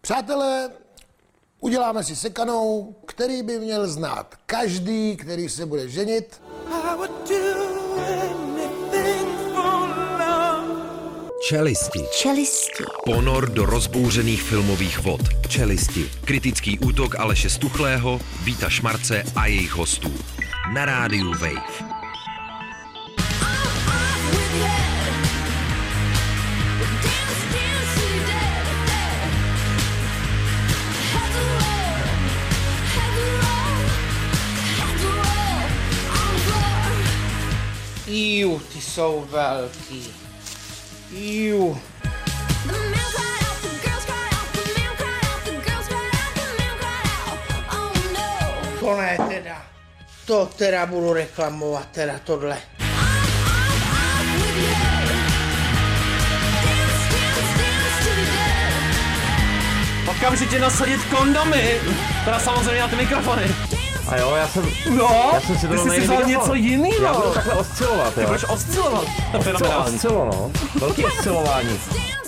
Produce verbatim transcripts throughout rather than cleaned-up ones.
Přátelé, uděláme si sekanou, který by měl znát každý, který se bude ženit. Čelisti. Čelisti. Ponor do rozbouřených filmových vod. Čelisti. Kritický útok Aleše Stuchlého, Víta Šmarce a jejich hostů. Na rádiu Wave. Iu, ty jsou velký. Iu. To ne teda. To teda budu reklamovat, teda tohle. Okamžitě nasadit kondomy. Teda samozřejmě na ty mikrofony. A jo, já jsem... No, já jsem si ty jsi si vzal něco jiného. Já budu takhle oscilovat, jo. Ty budeš oscilovat. Fenomenální. Oscilo, no. Velký oscilování.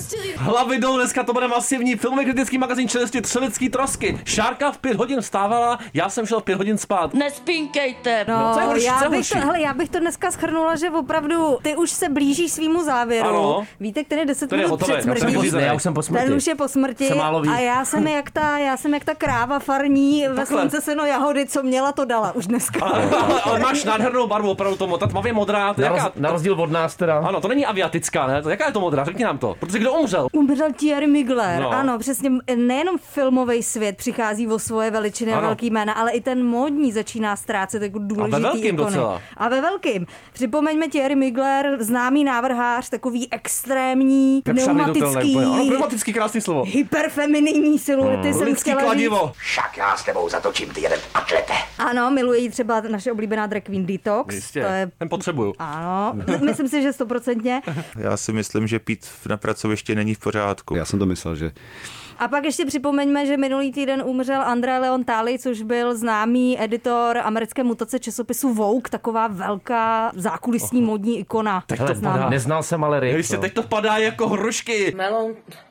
Hlavy jdou, dneska to bude masivní filmový kritický magazín Čelisti, tři lidský trosky. Šárka v pět hodin vstávala, já jsem šel v pět hodin spát. Nespínkejte. No, no co je horší, já, co je bych horší? to, hele, já bych to dneska shrnula, že opravdu ty už se blížíš svýmu závěru. Ano. Víte, který je deset Ten je minut hotové, před já jsem smrtí. pořízený. Já už jsem po smrti. Ten už je po smrti Se málo ví. a já jsem jak ta, já jsem jak ta kráva farní ve Takhle. slunce seno jahody, co měla, to dala už dneska. Ale, ale, ale máš nádhernou barvu, opravdu to, ta tmavě modrá. To Na, jaká, roz, na rozdíl od nás teda. ano, to není aviatická, ne? To, jaká je to modrá? Řekni nám to. Protože kdo umřel? Umřel Thierry Mugler, No. ano, přesně, nejenom filmový svět přichází o svoje veličiny a Ano. velký jména, ale i ten módní začíná ztrácet jako důležitý velkým ikony. docela. A ve velkým. Připomeňme Thierry Mugler, známý návrhář, takový extrémní, pneumatický, Ano, pneumatický, krásný slovo. hyperfemininní siluety, Lidský jsem chtěla říct. kladivo. Však já s tebou zatočím, ty jeden atlete. Ano, miluje jí třeba naše oblíbená drag queen Detox. Jistě, To je... ten potřebuju. Ano, myslím si, že stoprocentně. Já si myslím, že pít na pracovišti není v pořádku. Já jsem to myslel, že... A pak ještě připomeňme, že minulý týden umřel André Leon Talley, což byl známý editor americké mutace časopisu Vogue, taková velká zákulisní módní ikona. Teď to Hele, padá. neznal jsem ale ryb. Jistě, no. teď to padá jako hrušky. Melon.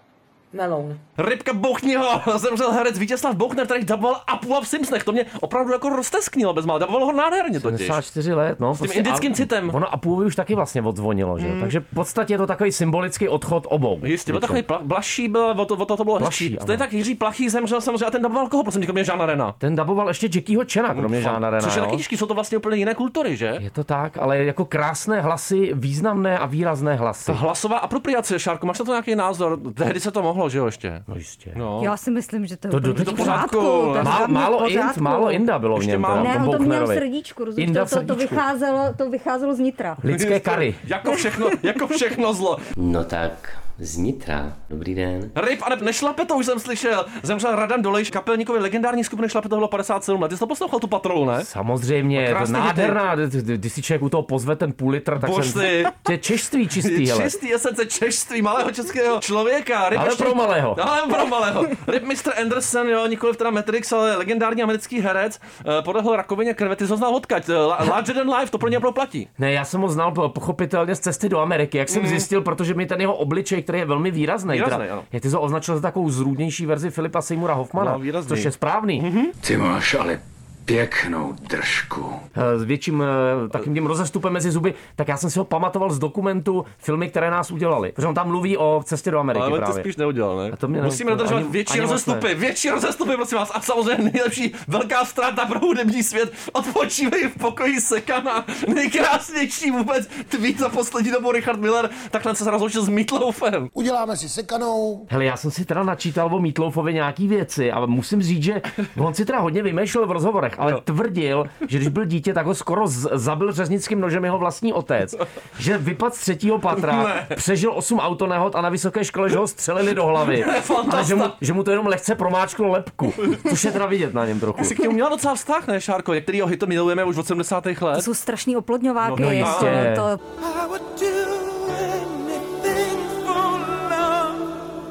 Melon. Rybka bouchni ho, zemřel herec Vítězslav Bouchner, který daboval Apua v Simpsonech. To mě opravdu jako roztesknilo bezmála. Daboval ho nádherně totiž. sedmdesát čtyři let, no. S tím indickým citem. Ono Apuovi už taky vlastně odzvonilo, že jo. Takže v podstatě je to takový symbolický odchod obou. Jistě, byl takový pla- Blažší byl, o to, o to, to bylo Blažší, hezčí. ano. Stejně tak Jiří Plachý zemřel samozřejmě a ten daboval koho, prosím tě, kromě Žána Rena. Ten daboval ještě Jackieho Chana, kromě Žána Rena, Což je jo. taky těžký, jsou to vlastně úplně jiné kultury, že? Je to tak, ale jako krásné hlasy, významné a výrazné hlasy. Ta hlasová apropriace, Šárko, máš na to nějaký názor? Tehdy se to mohlo, že jo, ještě? No jistě. No. Já si myslím, že to je To úplně do- v to v pořádku. pořádku. To je Má, za mě v málo ind, pořádku. málo inda bylo v Ještě něm. málo. teda, Ne, v tom on to měl v Bouchnerovi. srdíčku, rozumíš? Inda To, v to, to, srdíčku. vycházelo, to vycházelo z nitra. Lidské kary. Jako všechno, jako všechno zlo. No tak, z Nitra. Dobrý den. Ryb a ne, nešlape, to už jsem slyšel. Zemřel Radan Dolejš, kapelníkovi legendární skupiny Šlape, to bylo padesát sedm let. Ty jsi to poslouchal tu patrolu, ne? Samozřejmě, Krásný nádherná, když si člověk u toho pozve ten půl litr, tak Bož jsem... ty. To je češtví čistý, hele. Čistý esence češství malého českého člověka. Ryb Ale ještě- pro malého. Ale pro malého. Ryb mister Anderson, jo, nikoliv teda Matrix, ale legendární americký herec, eh, podlehl rakovině krve. Ty jsi ho znal odkaď? La- Larger than life, to pro něj opravdu platí. Ne, já jsem ho znal po- pochopitelně z cesty do Ameriky, jak jsem Mm. zjistil, protože mi ten jeho obličej, který je velmi výrazný, Výraznej, teda, ano. jak ty jsi ho označil za takovou zrůdnější verzi Filipa Seymoura Hoffmana, No, výrazný. což je správný. Mhm. Ty máš ale pěknou držku. S větším eh, takým tím rozestupem mezi zuby, tak já jsem si ho pamatoval z dokumentu filmy, které nás udělali. Protože on tam mluví o cestě do Ameriky Ale on to právě. spíš neudělal, ne? A to mě Musíme ne- dodržovat ani- větší ani rozestupy, vlastně. větší rozestupy, prosím vás. A samozřejmě nejlepší velká ztráta pro hudební svět. Odpočívej v pokoji Sekana. Nejkrásnější vůbec tweet za poslední dobu Richard Miller. Takhle se rozloučil s Meatloafem. Uděláme si sekanou. Hele, já jsem si teda načítal o Meatloafovi nějaký věci a musím říct, že on si teda hodně vymýšlel v rozhovorech, ale Jo. tvrdil, že když byl dítě, tak ho skoro z- zabil řeznickým nožem jeho vlastní otec. Že vypadl z třetího patra, Ne. přežil osm autonehod a na vysoké škole, že ho střelili do hlavy. Ale že mu, že mu to jenom lehce promáčklo lebku. Což je teda vidět na něm trochu. Jsi k němu měla docela vztah, ne, Šárko? Jak kterýho hito milujeme už od sedmdesátých let. To jsou strašný oplodňováky. No, no, jistě. To,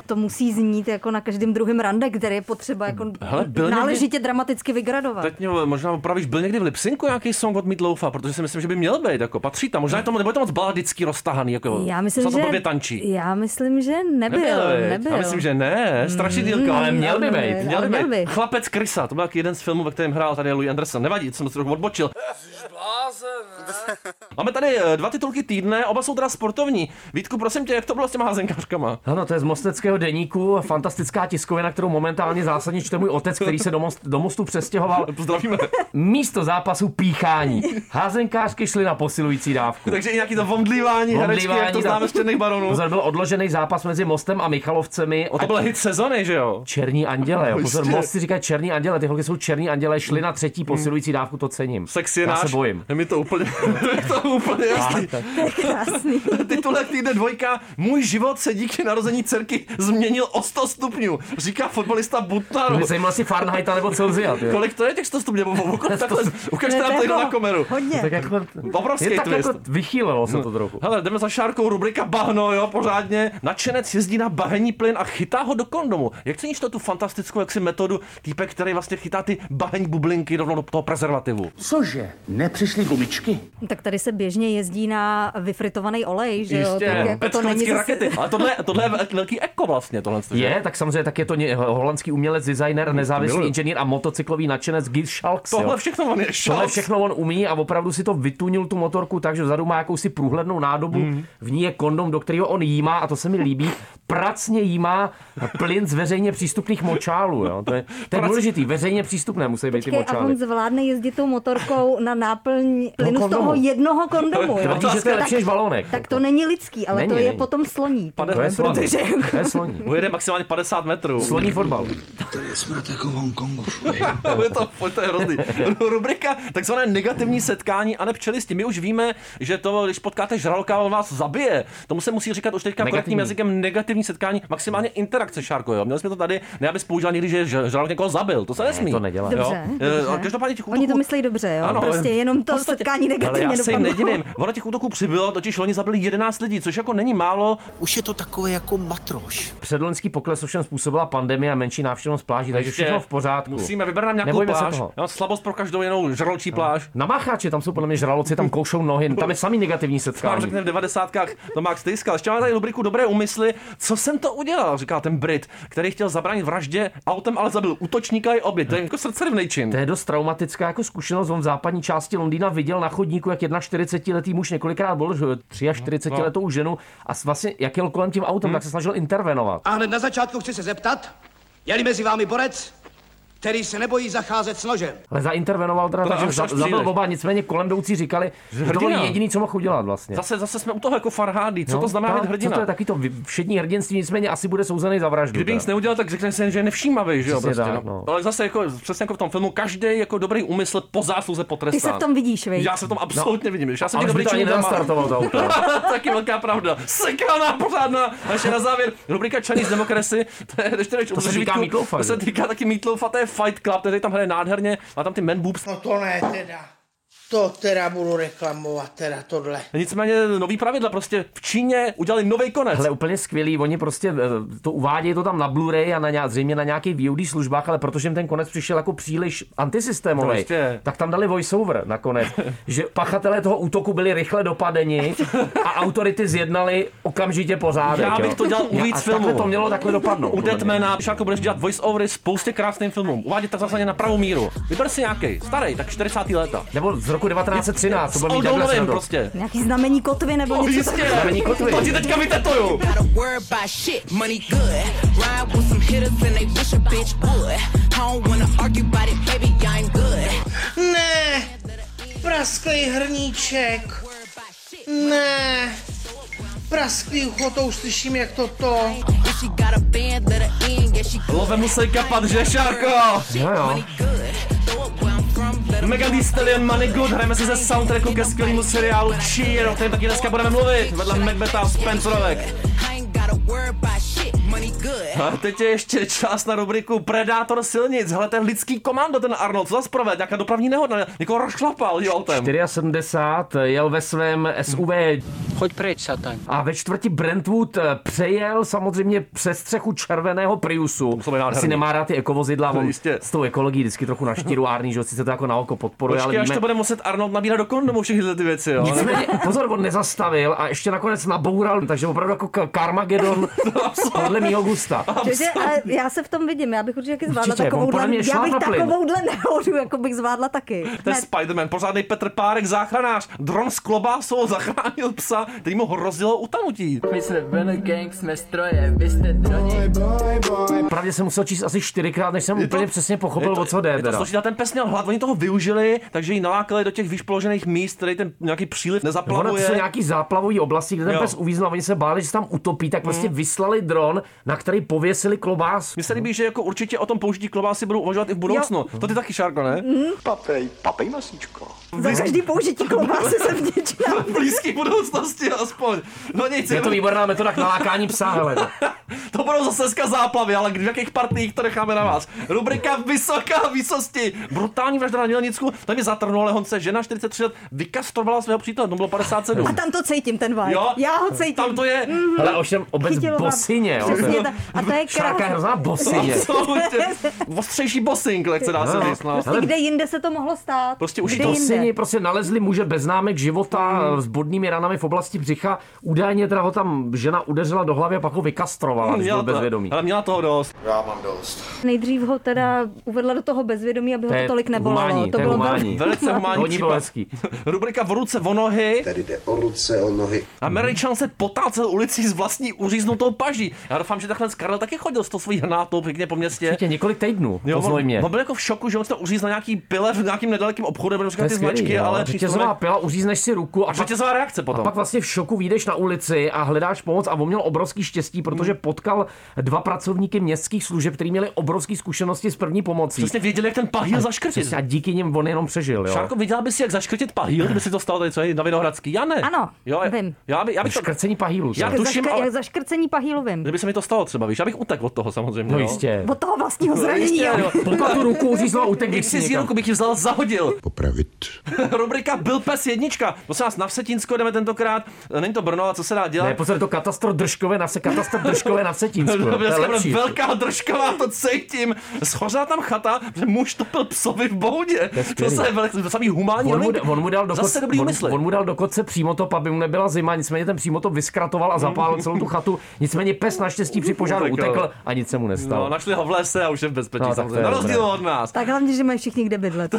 to musí znít jako na každém druhém rande, který je potřeba jako Hele, náležitě někdy... dramaticky vygradovat. Teď mě možná opravíš, byl někdy v lipsynku nějaký song od Meatloafa, protože si myslím, že by měl být, jako patří tam. Možná je to, nebo je to moc baladicky roztahaný, jako já myslím, že že tančí. Já myslím, že nebyl. Nebyl, nebyl. Já myslím, že ne. Strašidílka. Mm, ale měl by být. Měl by být. Chlapec Krysa, to byl taky jeden z filmů, ve kterém hrál tady Louis Anderson. Nevadí, jsem se trochu odbočil. Máme tady dva titulky týdne, oba jsou teda sportovní. Vítku, prosím tě, jak to bylo s těma házenkářkama? Ano, to je z Mosteckého deníku, fantastická tiskovina, kterou momentálně zásadně čte můj otec, který se do, most, do Mostu přestěhoval. Pozdravíme. Místo zápasu píchání. Házenkářky šly na posilující dávku. Takže i nějaký to vomdlívání, herečky, jak to známe z Černých baronů. Pozor, byl odložený zápas mezi Mostem a Michalovcemi. O, to byl hit sezony, že jo? Černí anděle, jo. Pozor, Most si říká černí anděle, ty holky jsou černí anděle, šli na třetí posilující dávku, to cením. Sex je Já náš. se bojím. Je mi to úplně, to úplně jasný. Krásný. Titulek týdne dvojka. Můj život se díky narození dcerky změnil o sto stupňů, říká fotbalista Butnaru. Mě zajímalo si Fahrenheita nebo Celsia. Kolik to je těch sto stupňů? Ukažte nám to na kameru. Hodně. Tak jako, obrovský je tak twist. jako vychýlilo se to trochu. Hele, jdeme za šárkou, rubrika Bahno, jo, pořádně. Nadšenec jezdí na bahenní plyn a chytá ho do kondomu. Jak ceníš to tu fantastickou jaksi metodu týpek, který vlastně chytá ty bahenní bublinky rovnou do toho prezervativu? Cože? Nepřišly gumičky? Tak tady se běžně jezdí na vyfritovaný olej, že jo? Jistě, Tak jako to není zase... rakety. Ale tohle, tohle je velký eko vlastně. Tohle, je, tak samozřejmě tak je to ně, holandský umělec, designer, nezávislý Miluji. inženýr a motocyklový nadšenec Guy Schalks. Tohle všechno on je Schalks. Tohle všechno on umí a opravdu si to vytunil tu motorku tak, že vzadu má jakousi průhlednou nádobu, mm. v ní je kondom, do kterého on jímá, a to se mi líbí, pracně jímá plyn z veřejně přístupných močálů. Jo? To je, to je důležitý, veřejně přístupné musí být ty močály. A on zvládne jezdit tou motorkou na náplň plynu no, z toho jednoho kondomu. Jo? Tvrdí, že to je lepší než balónek. Tak to není lidský, ale není, to je není. potom sloní. To je sloní. To je sloní. Ujede maximálně padesát metrů. Sloní fotbal. Tady jsme jako v Hongkongu. je to, to je hrozný. Rubrika takzvané negativní setkání a ne pčelisti. My už víme, že to, když potkáte žraloka, on vás zabije. Tomu se musí říkat už teďka negativní. korektním jazykem negativní setkání, maximálně interakce, Šárko. Jo. Měli jsme to tady, ne abys použil někdy, že žralok někoho zabil. To se nesmí. Ne, to nedělá. Dobře, dobře. Každopádně těch útoků... Oni to myslí dobře, jo. Ano, prostě jenom to podstatě, setkání negativně ale já se jim dopadlo. nedivím. Ono těch útoků přibylo, totiž loni zabili jedenáct lidí, což jako není málo. Už je to takové jako matroš. Předloňský pokles ovšem způsobila pandemie a menší návštěvnost pláží, takže všechno v pořádku. Musíme vybrat nám nějakou Nebojme pláž. Já slabost pro každou jinou žraločí pláž. Na Macháči, tam jsou podle mě žraloci, tam koušou nohy, tam je samý negativní setkání. Vám řekne v devadesátkách to Max Tejskal. Ještě máme tady rubriku Dobré úmysly. Co jsem to udělal, říká ten Brit, který chtěl zabránit vraždě autem, ale zabil útočníka i oběť. To je jako srdcerivnej čin. To je dost traumatická jako zkušenost. On v západní části Londýna viděl na chodníku, jak čtyřicetiletý muž několikrát byl čtyřicetiletou no. ženu a vlastně jak jel kolem tím autem, hmm. tak se snažil intervenovat. A hned na začátku chci se zeptat, je-li mezi vámi borec, který se nebojí zacházet s nožem. Ale zaintervenoval teda, takže za, zabil oba, nicméně kolem jdoucí říkali, že to bylo jediný, co mohl udělat vlastně. Zase, zase jsme u toho jako Farhády, co no, to znamená být hrdina? Co to je taky to všední hrdinství, nicméně asi bude souzený za vraždu. Kdyby nic neudělal, tak řekne se, že je nevšímavý, že jo? Prostě, tak, no. No. Ale zase jako, přesně jako v tom filmu, každý jako dobrý úmysl po zásluze potrestán. Ty se v tom vidíš, vej? Já se v tom absolutně no. vidím. Já jsem ale dobrý to ani nenastartoval to auto. Taky velká pravda. Sekaná pořádná. A ještě na závěr, rubrika Chinese Democracy, to je ještě než to se týká Meatloafa. To se týká taky Meatloafa, to je Fight Club, který tam hraje nádherně, má tam ty man boobs. No to ne teda. To teda budu reklamovat, teda tohle. Nicméně nový pravidla, prostě v Číně udělali nový konec. Hele, úplně skvělý, oni prostě to uvádějí to tam na Blu-ray a na nějak, zřejmě na nějakých V O D službách, ale protože jim ten konec přišel jako příliš antisystémový, prostě. Tak tam dali voiceover nakonec, že pachatelé toho útoku byli rychle dopadeni a autority zjednali okamžitě pořádek. Já bych jo. to dělal u víc filmů. To mělo takhle dopadnout. U Deadmana, Šárko, budeš dělat voiceovery spoustě krásným filmům. Uvádět tak zase na pravou míru. Vyber si nějaký, starý, tak čtyřicátá léta. Nebo z roku devatenáct set třináct, to byl mít novým prostě. Nějaký znamení kotvy nebo oh, něco takového. Znamení kotvy. To ti teďka vytetuju. Ne, prasklý hrníček. Ne, prasklý ucho, to už slyším, jak to to. Love musí kapat, že, Šárko? Jo, jo. Megan Thee Stallion, Money Good, hrajeme si ze soundtracku ke skvělému seriálu Cheer, o kterém taky dneska budeme mluvit, vedle Macbetha a Spencerovek. A teď je ještě čas na rubriku Predátor silnic. Hele, ten lidský komando, ten Arnold, co zase proved? Nějaká dopravní nehoda, někoho rozšlapal, jo, autem. sedmdesát čtyři jel ve svém S U V. Choď pryč, satan. A ve čtvrti Brentwood přejel samozřejmě přes střechu červeného Priusu. Asi nemá rád ty ekovozidla, on s tou ekologií vždycky trochu naštěruárný, že sice to jako na oko podporuje. Počkej, ale až víme... to bude muset Arnold nabírat do kondomu všechny ty věci, jo. Nicméně, pozor, on nezastavil a ještě nakonec naboural, takže opravdu jako Carmageddon podle mýho gusta. Čiže, ale já se v tom vidím, já bych určitě taky zvládla Určitě, takovouhle, já bych takovouhle nehodu, jako bych zvládla taky. To je Spider-Man, pořádnej Petr Párek, záchranář. Dron s klobásou zachránil psa, který mu hrozilo utanutí. My jsme byli gang, jsme stroje, vy jste droni. Pravdě jsem musel číst asi čtyřikrát, než jsem je úplně to, přesně pochopil, to, o co jde. Je to složitá, ten pes měl hlad, oni toho využili, takže ji nalákali do těch výš položených míst, který ten nějaký příliv nezaplavuje. Ono to jsou nějaký záplavový oblasti, kde ten jo. pes uvíznul a oni se báli, že se tam utopí, tak prostě mm. vyslali dron, na který pověsili klobás. Mně se líbí, že jako určitě o tom použití klobásy budou uvažovat i v budoucnu. Jo. To ty taky, Šárko, ne? Mm. Papej, papej masíčko. Za každý použití klobásy se vděčná. V blízké budoucnosti aspoň. No nic. Je to výborná metoda k nalákání psa, hele. To budou zase dneska záplavy, ale v jakých partích to necháme na vás. Rubrika Vysoká výsosti. Brutální vražda na Dělnicku. Tam je zatrhnulo, ale Honce, žena čtyřicet tři let vykastrovala svého přítele, to bylo padesát sedm. A tam to cítím, ten vibe. Jo, já ho cítím. Tam to je. Mm-hmm. Ale ovšem obec bosyně. Přesně, ta, a to je Šárka je hrozná bosyně. Ostřejší bossing, jak se dá se říct. Prostě kde jinde se to mohlo stát? Prostě už bosyni prostě nalezli muže bez známek života mm. s bodnými ranami v oblasti břicha. Údajně teda ho tam žena udeřila do hlavy a pak ho vykastrovala, když byl bezvědomý. Ale měla toho dost. Já mám dost. Nejdřív ho teda uvedla do toho bezvědomí, aby ho to tolik nebolelo. Humání, to bylo humání. Velice humánní případ. Rubrika v ruce o nohy. Tady jde o ruce, o nohy. Američan se potácel ulicí s vlastní uříznutou paží. Já doufám, že takhle Karel taky chodil s tou svojí hranátou pěkně po městě. Určitě několik týdnů. Jo, on, on byl jako v šoku, že on to uřízl na nějaký pile v nějakým nedalekém obchodu, nebo říkat ty značky, ale řetězová pila, uřízneš si ruku a řetězová reakce potom. A pak vlastně v šoku vyjdeš na ulici a hledáš pomoc a on měl obrovský štěstí, protože potkal dva pracovníky městských služeb, kteří měli obrovské zkušenosti s první pomocí. Přesně věděli, jak ten pahýl zaškrtit. A díky nim on jenom přežil, jo. Šárko, viděla bys, jak zaškrtit pahýl, kdyby si to stalo tady, co je na Vinohradský? Já ne. Ano, jo, vím. Já by, já bych to... Škrcení pahýlu. Já tuším, zaškr... ale... zaškrcení pahýlu vím. Kdyby se mi to stalo třeba, víš, já bych utekl od toho samozřejmě. No jistě. Od toho vlastního zranění. Pokud tu ruku uřízl a utekl. Když si z ruku bych ji vzal, zahodil. Popravit. Rubrika Byl pes jednička. Prosím vás, na Vsetínsko jdeme tentokrát. Není to Brno, a co se dá dělat? Ne, pozor, to katastro držkové na katastr držkové na Vsetínsku. Velká držková, to cítím. Schořela tam chata, že muž topil psovi v boudě. To se je samý humánní. On mu, on mu dal do Zase dobrý úmysly. On, on mu dal do kotce přímotop, aby mu nebyla zima, nicméně ten přímotop vyskratoval a zapálil celou tu chatu. Nicméně pes naštěstí při požáru utekl a nic se mu nestalo. No, našli ho v lese a už je v bezpečí, no, samozřejmě. Na rozdíl od nás. Tak hlavně, že mají všichni kde bydlet.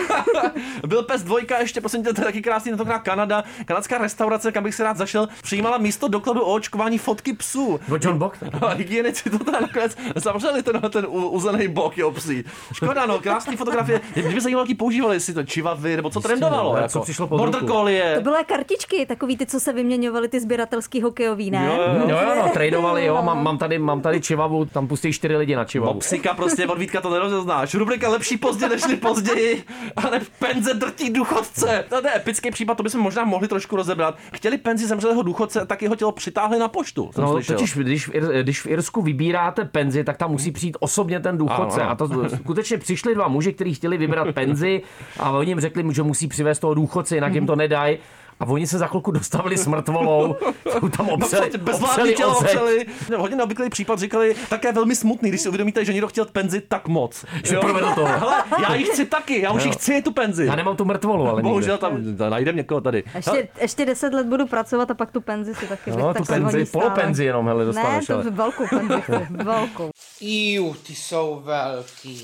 Byl pes dvojka, ještě prosím tě, to je taky krásný, tentokrát Kanada. Kanadská restaurace, kam bych se rád zašel, přijímala místo dokladu o očkování fotky psů. No John Bock. A hygienici to tam nakonec zavřeli ten, ten uzený bok je psí. Škoda, no, krásný fotografie. Mě by zajímalo, jaký používali, jestli to čivavy, nebo co trendovalo. No, jako. Co přišlo pod Border ruku. Collie. To byly kartičky, takový ty, co se vyměňovaly, ty sběratelský hokejový, ne? Jo, jo, jo, jo no, tradovali, jo, mám, mám, tady, mám tady čivavu, tam pustí čtyři lidi na čivavu. Psika prostě od Vítka to nerozeznáš. Rubrika lepší pozdě nežli později, ale v penze drtí důchodce. To je epický případ, to bychom možná mohli trošku rozebrat. Chtěli penzi zemřelého důchodce, tak jeho tělo přitáhli na poštu. No, totiž, když, v Ir, když v Irsku vybíráte penzi, tak tam musí přijít osobně ten důchodce. Ano, ano. A to skutečně přišli dva muži, kteří chtěli vybrat penzi a oni jim řekli, že musí přivést toho důchodce, jinak jim to nedají. A oni se za chvilku dostavili s mrtvolou, tam opřeli, opřeli, tělo opřeli. Hodně neobvyklý případ, říkali, také velmi smutný, když si uvědomíte, že někdo chtěl penzi tak moc. Že provedl toho. Hele, já ji chci taky, já už ji chci tu penzi. Já nemám tu mrtvolu, ale bohužel tam najdem někoho tady. Ještě, ještě deset let budu pracovat a pak tu penzi si taky no, tu penzi, polopenzi jenom, hele, dostaneš. Ne, to je velkou penzi, velkou. Iu, ty jsou velký.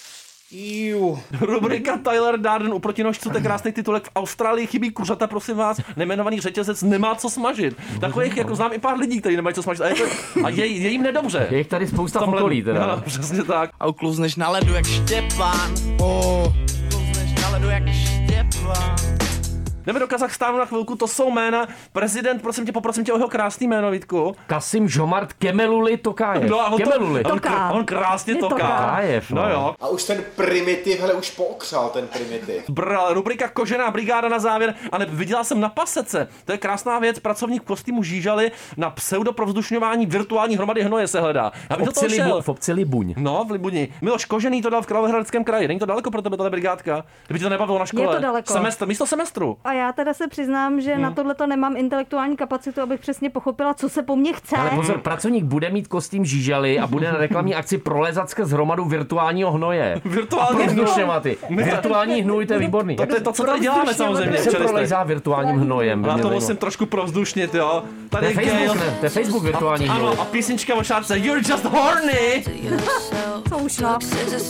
Iu. Rubrika Tyler Darden u protinožců, to je krásný titulek. V Austrálii chybí kuřata, prosím vás, nejmenovaný řetězec nemá co smažit. Takových jako znám i pár lidí, kteří nemají co smažit. A je, to, a je, je jim nedobře. Je jich tady spousta v okolí teda. No, přesně tak. A uklouzneš na ledu jak Štěpán. Oh. Uklouzneš na ledu jak Štěpán. Jdeme do Kazachstánu na chvilku, to jsou jména. Prezident, prosím tě, poprosím tě o jeho krásný jméno, Vítku. Kasim Žomart Kemeluli Tokájev. No a on, Kemeluli. To, on, kr- on krásně toká. Tokájev, no. no jo. A už ten primitiv, hele, už pookřál ten primitiv. Bral, rubrika Kožená brigáda na závěr, ale viděla jsem na pasece. To je krásná věc, pracovník kostýmu Žížaly na pseudoprovzdušňování virtuální hromady hnoje se hledá. V obci, Libu, v obci Libuň. No, v Libuni. Miloš Kožený to dal v Královéhradeckém kraji. Není to daleko pro tebe, tato brigádka? Kdyby tě to nebavilo na škole. Je to daleko. Semestr, místo semestru. A já teda se přiznám, že hmm. na tohle to nemám intelektuální kapacitu, abych přesně pochopila, co se po mně chce. Ale pozor, pracovník bude mít kostým Žížaly a bude na reklamní akci prolezat skrz hromadu virtuálního hnoje. Virtuální hnoj. Virtuální hnůj, to je výborný. To je to, co tady děláme samozřejmě. Se prolezá virtuálním hnojem. Já to musím trošku provzdušnit, jo. Tady je Facebook, ne? To je Facebook virtuální hnoj. Ano, a písnička o šárce You're just horny. Co už no.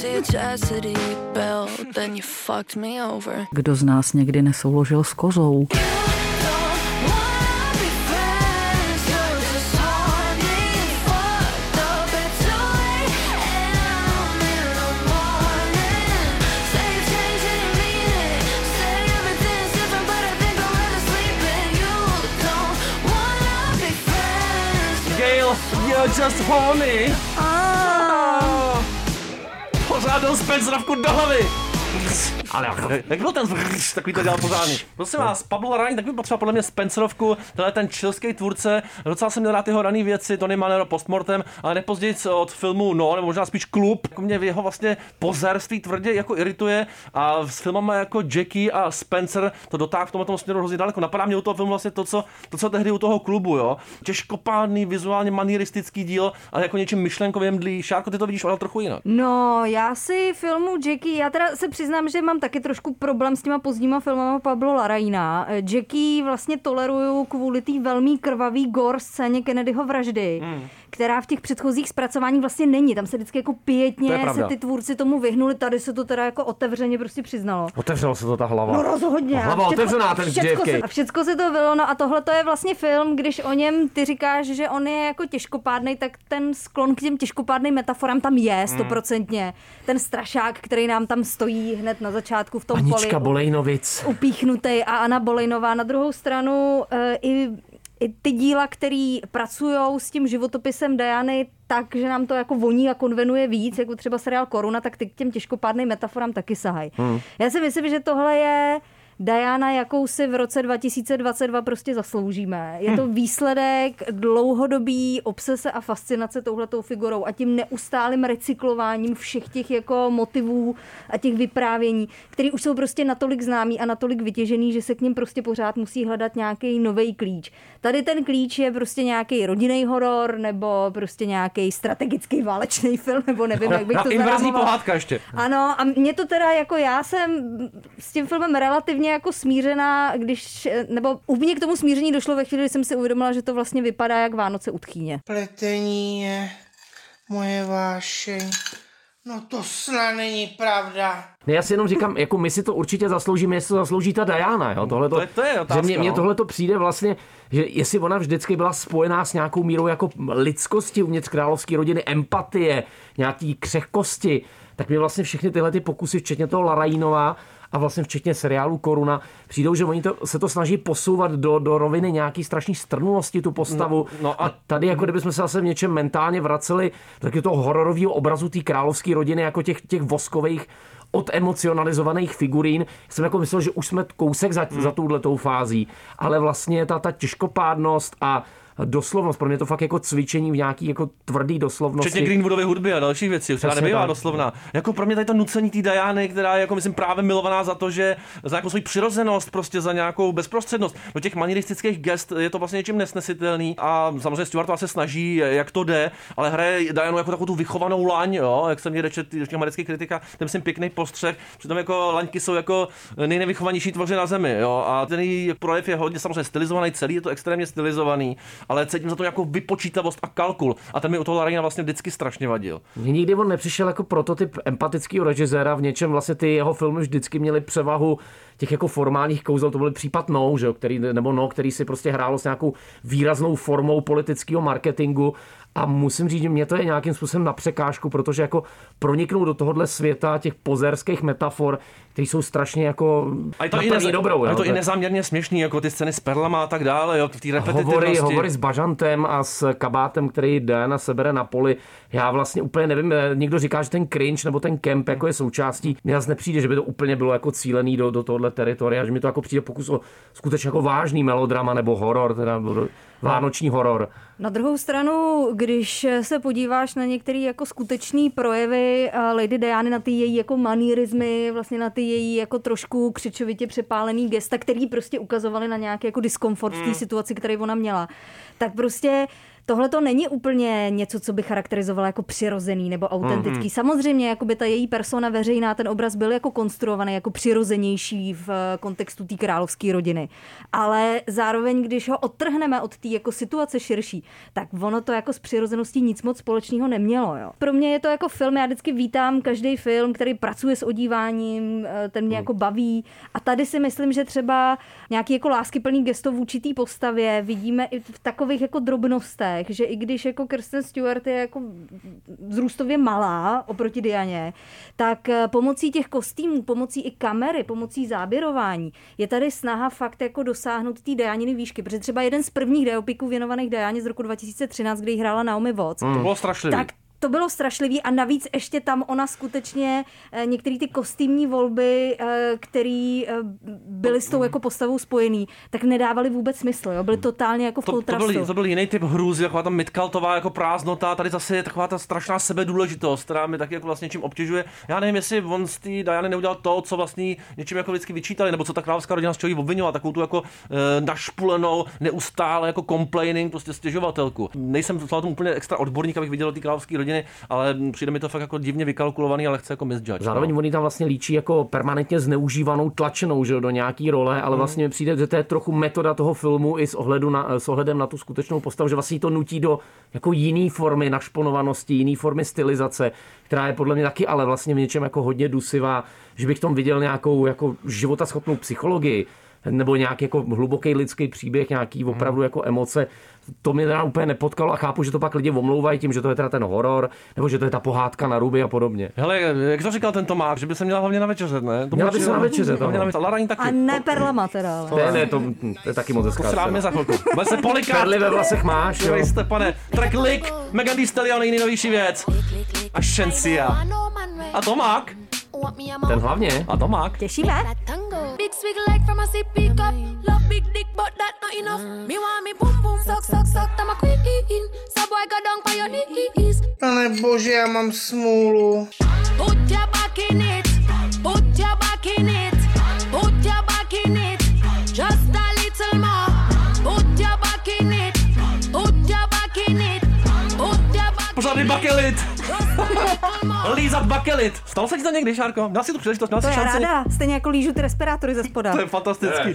Kdo z nás někdy nesouložil s kozou? You're just horny. Ah. Pořád dal Spencerovku do hlavy. Ale jak byl ten vrš, takový to dělal pořádně. Prosím vás, Pablo Larraín, tak by potřeboval podle mě Spencerovku, tenhle ten chilský tvůrce, docela jsem měl rád jeho raný věci, Tony Manero, Postmortem, ale nepozději od filmu No, nebo možná spíš Klub, jako mě jeho vlastně pozerství tvrdě jako irituje a s filmama jako Jackie a Spencer to dotáhl v tomto směru hrozně daleko. Napadá mě u toho filmu vlastně to, co, to, co tehdy u toho Klubu, jo. Těžkopádný, vizuálně manieristický díl, ale jako něčím myšlenkovým dlí. Šárko, ty to vidíš ale trochu jinak. No, já si filmu Jackie, já teda se přiznám, že mám taky trošku problém s těma pozdníma filmama Pablo Larraína. Jackie vlastně toleruju kvůli té velmi krvavý gore scéně Kennedyho vraždy, hmm. která v těch předchozích zpracování vlastně není. Tam se vždycky jako pětně se ty tvůrci tomu vyhnuli, tady se to teda jako otevřeně prostě přiznalo. Otevřelo se to ta hlava. No rozhodně. Hlava všecko, otevřená, ten J F K. Se, a všecko se to bylo, no a tohle to je vlastně film, když o něm ty říkáš, že on je jako těžkopádnej, tak ten sklon k těm těžkopádným metaforám tam je stoprocentně. Hmm. Ten strašák, který nám tam stojí hned na začátku v tom poli. Anička Bolejnovic. Upíchnutej a Anna Bolejnová. Na druhou stranu e, i, i ty díla, který pracujou s tím životopisem Diany, takže nám to jako voní a konvenuje víc, jako třeba seriál Koruna, tak ty k těm těžkopádným metaforám taky sahají. Hmm. Já si myslím, že tohle je Diana, jakou si v roce dva tisíce dvacet dva prostě zasloužíme. Je to výsledek dlouhodobý obsese a fascinace touhletou figurou a tím neustálým recyklováním všech těch jako motivů a těch vyprávění, které už jsou prostě natolik známý a natolik vytěžený, že se k ním prostě pořád musí hledat nějaký nový klíč. Tady ten klíč je prostě nějaký rodinný horor nebo prostě nějaký strategický válečný film, nebo nevím, jak bych to zarámovala. Inverzní pohádka ještě. Ano, a mě to teda jako já jsem s tím filmem relativně jako smířená, když, nebo u mě k tomu smíření došlo ve chvíli, kdy jsem si uvědomila, že to vlastně vypadá jak Vánoce u tchýně. Pletení je moje vášeň. No to snad není pravda. Ne, já si jenom říkám, jako my si to určitě zasloužíme, jestli to zaslouží ta Diana, jo, tohleto, to je, to je otázka, že mě, no. tohle to přijde vlastně, že jestli ona vždycky byla spojená s nějakou mírou jako lidskosti uvnitř královské rodiny, empatie, nějaký křehkosti, tak mě vlastně všechny tyhle ty pokusy, včetně toho Larraínova, a vlastně včetně seriálu Koruna, přijdou, že oni to, se to snaží posouvat do, do roviny nějaký strašný strnulosti tu postavu. No, no a... a tady jako kdybychom se zase v něčem mentálně vraceli do taky toho hororového obrazu té královské rodiny, jako těch, těch voskových odemocionalizovaných figurín. Jsem jako myslel, že už jsme kousek za, hmm. za touhletou fází, ale vlastně ta, ta těžkopádnost a doslovnost, pro mě to fakt jako cvičení v nějaký jako tvrdý doslovnosti. Včetně Greenwoodovy hudby a dalších věcí, která nebývá doslovná. Jako pro mě tady to nucení té Diany, která je jako myslím právě milovaná za to, že za nějakou svou přirozenost, prostě za nějakou bezprostřednost. Do těch manieristických gest je to vlastně něčím nesnesitelný a samozřejmě Stuartová se snaží, jak to jde, ale hraje Dianu jako takovou tu vychovanou laň, jo, jak jsem někde četl těch amerických kritika, ten myslím pěkný postřeh. Přitom jako laňky jsou jako nejnevychovanější tvoři na zemi, jo, a ten její projev je hodně samozřejmě stylizovaný, celý je to extrémně stylizovaný. Ale cítím za to nějakou vypočítavost a kalkul. A ten mi u toho Larraína vlastně vždycky strašně vadil. Mně nikdy on nepřišel jako prototyp empatického režiséra, v něčem vlastně ty jeho filmy vždycky měly převahu těch jako formálních kouzel, to byl případ No, že, který, nebo No, který si prostě hrálo s nějakou výraznou formou politického marketingu A musím říct, že mě to je nějakým způsobem na překážku, protože jako proniknout do tohohle světa těch pozerských metafor, které jsou strašně jako a je to, i, neza, dobrou, a je to jo, i nezáměrně směšný, jako ty scény s perlama a tak dále, jo, v té repetitivnosti. Hovory, hovory s bažantem a s kabátem, který Diana sebere na poli. Já vlastně úplně nevím, někdo říká, že ten cringe nebo ten camp jako je součástí. Mně zase nepřijde, že by to úplně bylo jako cílený do, do tohohle teritoria, že mi to jako přijde pokus o skutečně jako vážný melodrama nebo horor, teda vánoční horor. Na druhou stranu, když se podíváš na některé jako skutečný projevy Lady Diany, na ty její jako manierismy, vlastně na ty její jako trošku křičovitě přepálený gesta, který prostě ukazovaly na nějaký jako diskomfort v té situaci, který ona měla, tak prostě tohle to není úplně něco, co by charakterizovala jako přirozený nebo autentický. Mm-hmm. Samozřejmě, jakoby ta její persona veřejná, ten obraz byl jako konstruovaný, jako přirozenější v kontextu té královské rodiny. Ale zároveň, když ho odtrhneme od té jako situace širší, tak ono to jako s přirozeností nic moc společného nemělo. Jo. Pro mě je to jako film, já vždycky vítám každý film, který pracuje s odíváním, ten mě mm. jako baví. A tady si myslím, že třeba nějaký jako láskyplný gesto vůči té postavě vidíme i v takových jako drobnostech, že i když jako Kristen Stewart je jako vzrůstově malá oproti Dianě, tak pomocí těch kostýmů, pomocí i kamery, pomocí záběrování je tady snaha fakt jako dosáhnout té Dianiny výšky, protože třeba jeden z prvních diopiků věnovaných Dianě z roku dva tisíce třináct, kdy hrála Naomi Watts. Mm. To bylo strašlivý. Tak to bylo strašlivý a navíc ještě tam ona skutečně některé ty kostýmní volby, které byly s tou jako postavou spojený, tak nedávaly vůbec smysl, jo? Byly totálně jako v to, kontrastu. To byl, to byl jiný typ hrůzy, taková ta midcaltová jako prázdnota, tady zase je taková ta strašná sebedůležitost, která mi taky jako vlastně čím obtěžuje. Já nevím, jestli on z té Diany neudělal to, co vlastně něčím jako vždycky vyčítali, nebo co ta královská rodina z čeho jí obvinovala, takovou tu jako e, našpulenou, neustále jako complaining, prostě stěžovatelku. Nejsem v tom úplně extra odborník, abych viděl ty královské rodiny, ale přijde mi to fakt jako divně vykalkulovaný, ale chce jako misjudge. Zároveň no. Oni tam vlastně líčí jako permanentně zneužívanou, tlačenou, že do nějaký role, ale vlastně mi přijde, že to je trochu metoda toho filmu i s, ohledu na, s ohledem na tu skutečnou postavu, že vlastně to nutí do jako jiný formy našponovanosti, jiný formy stylizace, která je podle mě taky ale vlastně v něčem jako hodně dusivá, že bych tom viděl nějakou jako životaschopnou psychologii nebo nějaký jako hluboký lidský příběh, nějaký opravdu jako emoce. To mě teda úplně nepotkalo a chápu, že to pak lidi omlouvají tím, že to je teda ten horor, nebo že to je ta pohádka na ruby a podobně. Hele, jak to říkal ten Tomák, že by se měla hlavně na večeřet, ne? To měla by se na večeřet, a ne perlama teda, ale. Ne, ne, to, to je taky moc hezká. Sráme za chvilku. Bude se polikát. Perly ve vlasech máš, jo. Jste, pane. Track Lick, Megan Thee Stallion, jiný novější věc. A Shensia. A Tomák. Ten hlavně. A Tomák. Těšíme. Big swig like from a sip pick up. Love big dick but that not enough. Me want me boom boom suck suck suck. I'm a queen. So boy go down by your knees. Pane bože, já mám smůlu. Put your back in it. Put your back in it. Put your back in it. Just a little more. Put your back in it. Put your back in it. Put your back. Pořádný bakelit. Lízat bakelit. Stalo se ti to někdy, Šárko? Dal si tu příležitost, dal si to šanci? To je ráda, stejně jako lížu ty respirátory ze spoda. To je fantastický.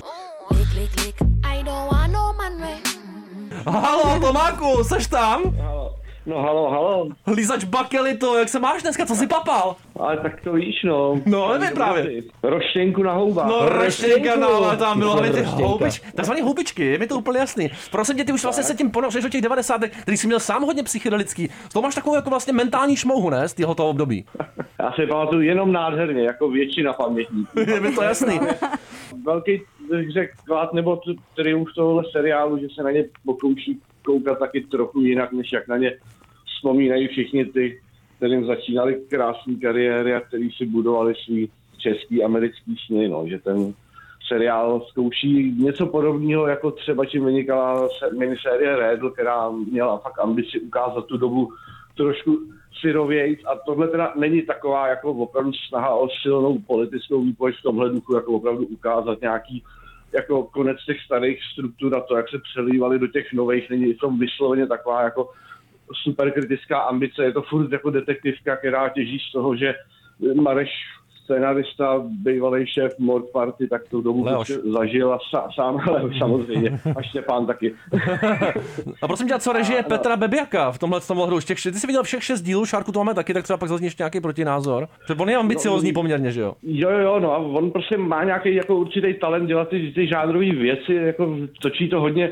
I don't want no man way. Halo, Tomáku, seš tam? No halo, halo. Lízač bakelitu, jak se máš dneska, co jsi papal? Ale tak to víš, no. No, nevím právě. Roštěnku na houbách. No, roštěnka na houbách, tam bylo, ale ty houbičky, takzvaný houbičky, je mi to úplně jasný. Prosím tě, ty už vlastně se tím ponořeš do těch devadesátek, který jsi měl sám hodně psychedelický. To máš takovou jako vlastně mentální šmouhu, ne, z toho období? Já si pamatuju jenom nádherně, jako většina pamětníků. Je mi to jasný. Velký, řekl, klad nebo triumf tohohle seriálu, že se na ně pokouší koukat taky trochu jinak, než jak na ně vzpomínají všichni ty, kterým začínali krásné kariéry a který si budovali svý český, americký sny, no, že ten seriál zkouší něco podobného, jako třeba čím vynikala minisérie Rédl, která měla fakt ambici ukázat tu dobu trošku syrovějc a tohle teda není taková jako opravdu snaha o silnou politickou výpověď v tomhle duchu, jako opravdu ukázat nějaký jako konec těch starých struktur a to, jak se přelívali do těch nových, není to vysloveně taková jako superkritická ambice, je to furt jako detektivka, která těží z toho, že Mareš, scenarista, bývalý šéf Mord Party, tak tu dobu zažil a sám, sám Leoš samozřejmě, a Štěpán taky. A prosím tě, co režie a, Petra Bebiaka v tomhle tom hru? Ty jsi viděl všech šest dílů, Šárku, to máme taky, tak třeba pak zazníš nějaký protinázor. On je ambiciozní no, poměrně, že jo? Jo, jo, no a on prostě má nějaký jako určitý talent dělat ty, ty žánrové věci, jako točí to hodně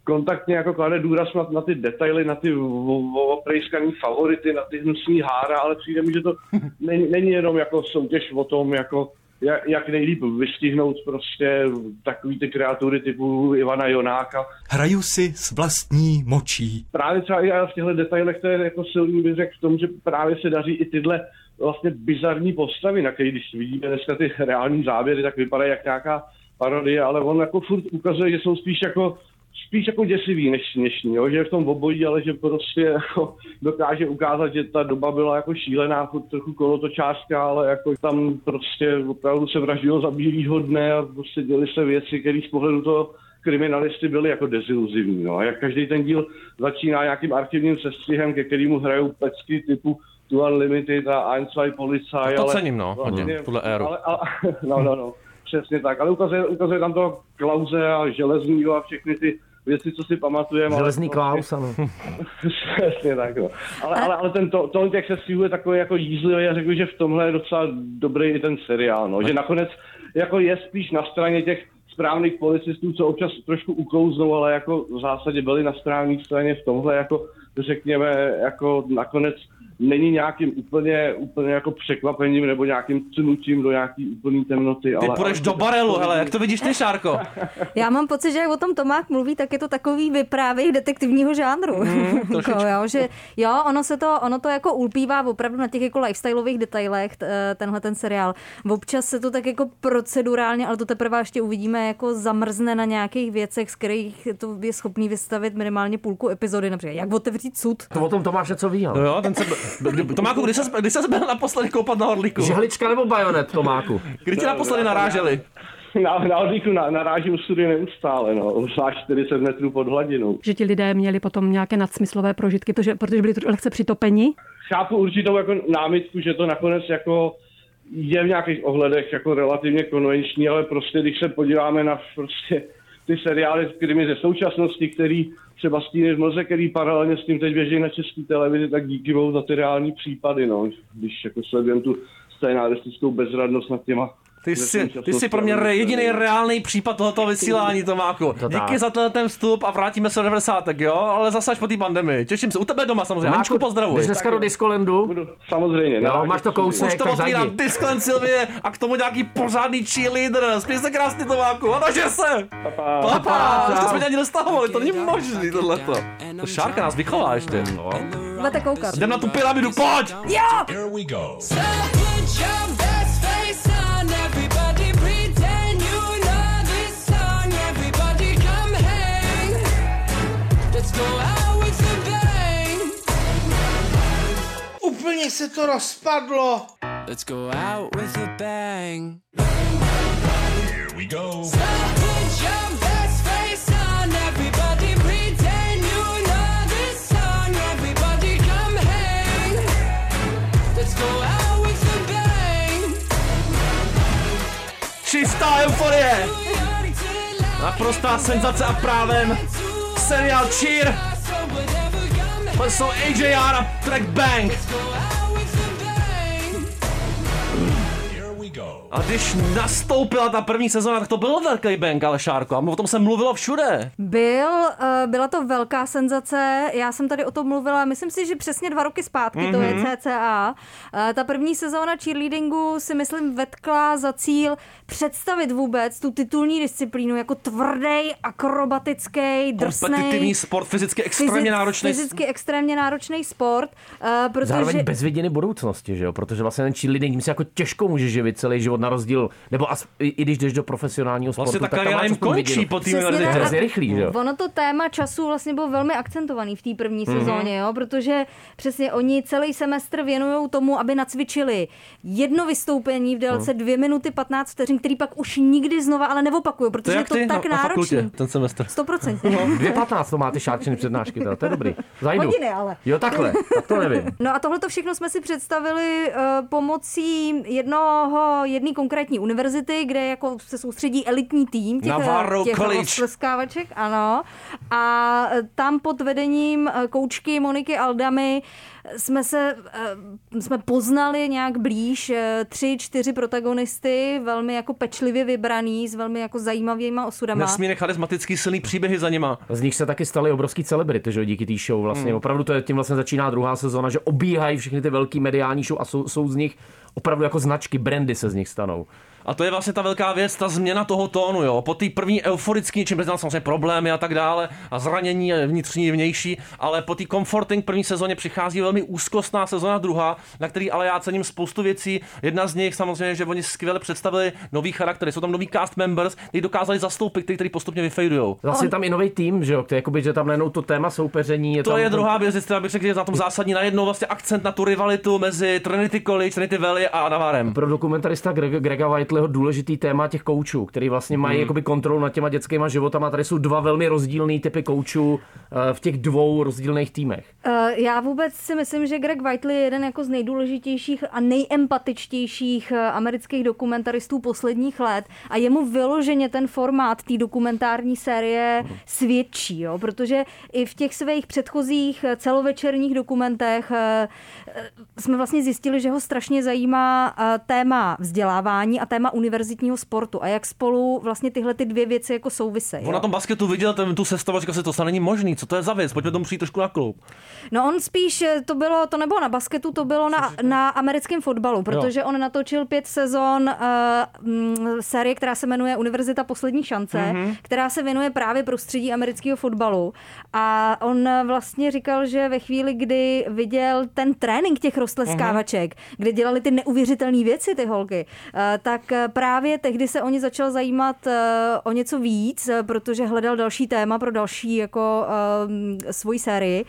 kontaktně jako klade důraz na, na ty detaily, na ty oprejskaný favority, na ty hnusný hára, ale přijde mi, že to není, není jenom jako soutěž o tom, jako jak, jak nejlíp vystihnout prostě takový ty kreatury typu Ivana Jonáka. Hraju si s vlastní močí. Právě třeba i v těchto detailech to je jako silný, bych řekl, v tom, že právě se daří i tyhle vlastně bizarní postavy, na které, když vidíme dneska ty reální záběry, tak vypadají jak nějaká parodie, ale on jako furt ukazuje, že jsou spíš jako spíš jako děsivý než směšný, jo? Že je v tom obojí, ale že prostě jako dokáže ukázat, že ta doba byla jako šílená, furt trochu kolotočářská, ale jako tam prostě opravdu se vraždilo za bílýho dne a prostě děly se věci, které z pohledu toho kriminalisty byly jako deziluzivní. No? A jak každý ten díl začíná nějakým archivním sestřihem, ke kterému hrajou pecky typu Two Unlimited a Ein, zwei Polizei. To cením, no, hodně, vlastně, tuhle éru. Ale, ale, no, no, no, přesně tak, ale ukazuje, ukazuje tam to Klause a Železnýho a všechny ty věci, co si pamatujeme. Železný Klaus, ano. Přesně tak, no. Ale, ale, ale ten to, tón těch sestřihů je takový jako jízlivý a řekl, že v tomhle je docela dobrý i ten seriál, no. Že nakonec jako je spíš na straně těch správných policistů, co občas trošku uklouznou, ale jako v zásadě byli na správné straně v tomhle, jako řekněme, jako nakonec není nějakým úplně, úplně jako překvapením nebo nějakým cnutím do nějaký úplný temnoty. Ty ale, půjdeš ale... do barelu, hele, jak to vidíš ty, Šárko? Já mám pocit, že jak o tom Tomák mluví, tak je to takový vyprávěk detektivního žánru. Mm, jako, jo, že jo, ono se to, ono to jako ulpívá opravdu na těch jako lifestyleových detailech, tenhle ten seriál. Občas se to tak jako procedurálně, ale to teprve ještě uvidíme, jako zamrzne na nějakých věcech, z kterých to je schopný vystavit minimálně půlku epizody, například jak otevřít sud. To o tom Tomáš něco ví, no jo, ten se... Tomáku, kdy ses, kdy ses byl naposledy koupat na Orlíku? Žehlička nebo bajonet, Tomáku? Kdy tě naposledy naráželi? Na, na Orlíku na, narážím u studia neustále, no, zvlášť čtyřicet metrů pod hladinou. Že ti lidé měli potom nějaké nadsmyslové prožitky, protože, protože byli lehce přitopeni? Chápu určitou jako námitku, že to nakonec jako je v nějakých ohledech jako relativně konvenční, ale prostě když se podíváme na prostě ty seriály, kterými ze současnosti, který třeba Stíny v mlze, který paralelně s tím teď běží na české televizi, tak díky bohu za ty reální případy, no. Když jako sledujeme tu scénaristickou bezradnost nad těma... Ty jsi, ty jsi pro mě re, jediný reálný případ tohoto vysílání, Tomáku. Díky za ten vstup a vrátíme se do devadesátek, jo? Ale zase až po té pandemii. Těším se u tebe doma samozřejmě. Aničku, pozdravuj. Jdeš dneska do Discolandu? Budu, samozřejmě. Jo, máš to kousek, už to otvírám Discoland Silvie a k tomu nějaký pořádný cheerleader. Spíš se krásně, Tomáku. A nože se. Papa. Papa. Už to jsme ani nestahovali, to není možný tohleto. To Šárka nás vychová ještě. No. Budete koukat. Jdem na tu pyramidu, pojď! Jo! Here we go. So put your best face on, everybody pretend you know this song. Everybody come hang. Let's go out with a bang. Úplně se to rozpadlo. Let's go out with a bang. Here we go. So put your best face on, everybody pretend you know this song. Everybody come hang. Let's go out with a bang. Čistá euforie! Naprostá senzace a právem. Seriál Cheer. To jsou A J R a track Bang. A když nastoupila ta první sezóna, tak to byl velký bang, ale Šárko, a o tom se mluvilo všude. Byl, byla to velká senzace, já jsem tady o tom mluvila, myslím si, že přesně dva roky zpátky, mm-hmm. to je cca. Ta první sezóna cheerleadingu si myslím vetkla za cíl představit vůbec tu titulní disciplínu jako tvrdý, akrobatický, drsnej. Kompetitivní sport, fyzicky extrémně náročný. Fyzicky extrémně náročný sport. Protože... Zároveň bez vidění budoucnosti, že jo? Protože vlastně ten cheerleading tím si jako těžko může živit celý život na rozdíl, nebo as, i, i když jdeš do profesionálního sportu, vlastně tak kariéra jim končí po té univerzitě. Je rychlý, že jo? Ono to téma času vlastně bylo velmi akcentovaný v té první mm-hmm. sezóně, jo? Protože přesně oni celý semestr věnují tomu, aby nacvičili jedno vystoupení v délce mm. dvě minuty patnáct vteřin, který pak už nikdy znova ale neopakují, protože to je to ty, tak na, náročný. Na ten semestr. sto procent. dvě patnáct to má ty Šárčiny přednášky, to je dobrý. Zajdu. Hodiny ale. Jo, takhle, tak to nevím. No a tohle to všechno jsme si představili uh, pomocí jednoho, jedné jedné konkrétní univerzity, kde jako se soustředí elitní tým těch, těch rozpleskávaček, ano. A tam pod vedením koučky Moniky Aldamy jsme se jsme poznali nějak blíž tři, čtyři protagonisty, velmi jako pečlivě vybraný, s velmi jako zajímavýma osudama. Nesmírně charismatický, silný příběhy za nima. Z nich se taky staly obrovský celebrity, že díky té show vlastně. Hmm. Opravdu to je, tím vlastně začíná druhá sezóna, že obíhají všechny ty velký mediální show a jsou, jsou z nich opravdu jako značky, brandy se z nich stanou. A to je vlastně ta velká věc, ta změna toho tónu, jo. Po té první euforický, čím znal samozřejmě problémy a tak dále, a zranění vnitřní, vnější, ale po té comforting první sezóně přichází velmi úzkostná sezóna druhá, na který ale já cením spoustu věcí. Jedna z nich samozřejmě, že oni skvěle představili nový charaktery, jsou tam nový cast members, kteří dokázali zastoupit, kteří, kteří postupně vyfejdujou. Vlastně je tam i nový tým, že jo, který, jakoby, že tam najednou to téma soupeření. Je to tam je druhá věc, která bych řekl, že je na tom zásadní najednou vlastně akcent na tu rivalitu mezi Trinity College, Trinity Valley a Navarrem. Pro dokumentarista Greg, Grega Whiteleyho důležitý téma těch koučů, který vlastně mají hmm. jakoby kontrolu nad těma dětskýma životama. Tady jsou dva velmi rozdílný typy koučů v těch dvou rozdílných týmech. Já vůbec si myslím, že Greg Whiteley je jeden jako z nejdůležitějších a nejempatičtějších amerických dokumentaristů posledních let a jemu vyloženě ten formát té dokumentární série hmm. svědčí, jo? Protože i v těch svých předchozích celovečerních dokumentech jsme vlastně zjistili, že ho strašně zajímá téma vzdělávání a téma univerzitního sportu a jak spolu vlastně tyhle ty dvě věci jako souvisejí. On na tom basketu viděl ten, tu sestavu a říkal si, to snad není možný, co to je za věc, pojďme tomu přijít trošku na kloub. No on spíš, to bylo, to nebylo na basketu, to bylo na, na americkém fotbalu, protože jo. on natočil pět sezon uh, série, která se jmenuje Univerzita poslední šance, mm-hmm. která se věnuje právě prostředí amerického fotbalu a on vlastně říkal, že ve chvíli, kdy viděl ten trénink těch roztleskávaček, mm-hmm. kde dělali ty neuvěřitelné věci ty holky, uh, tak právě tehdy se o ně začal zajímat uh, o něco víc, protože hledal další téma pro další jako uh, svoji sérii.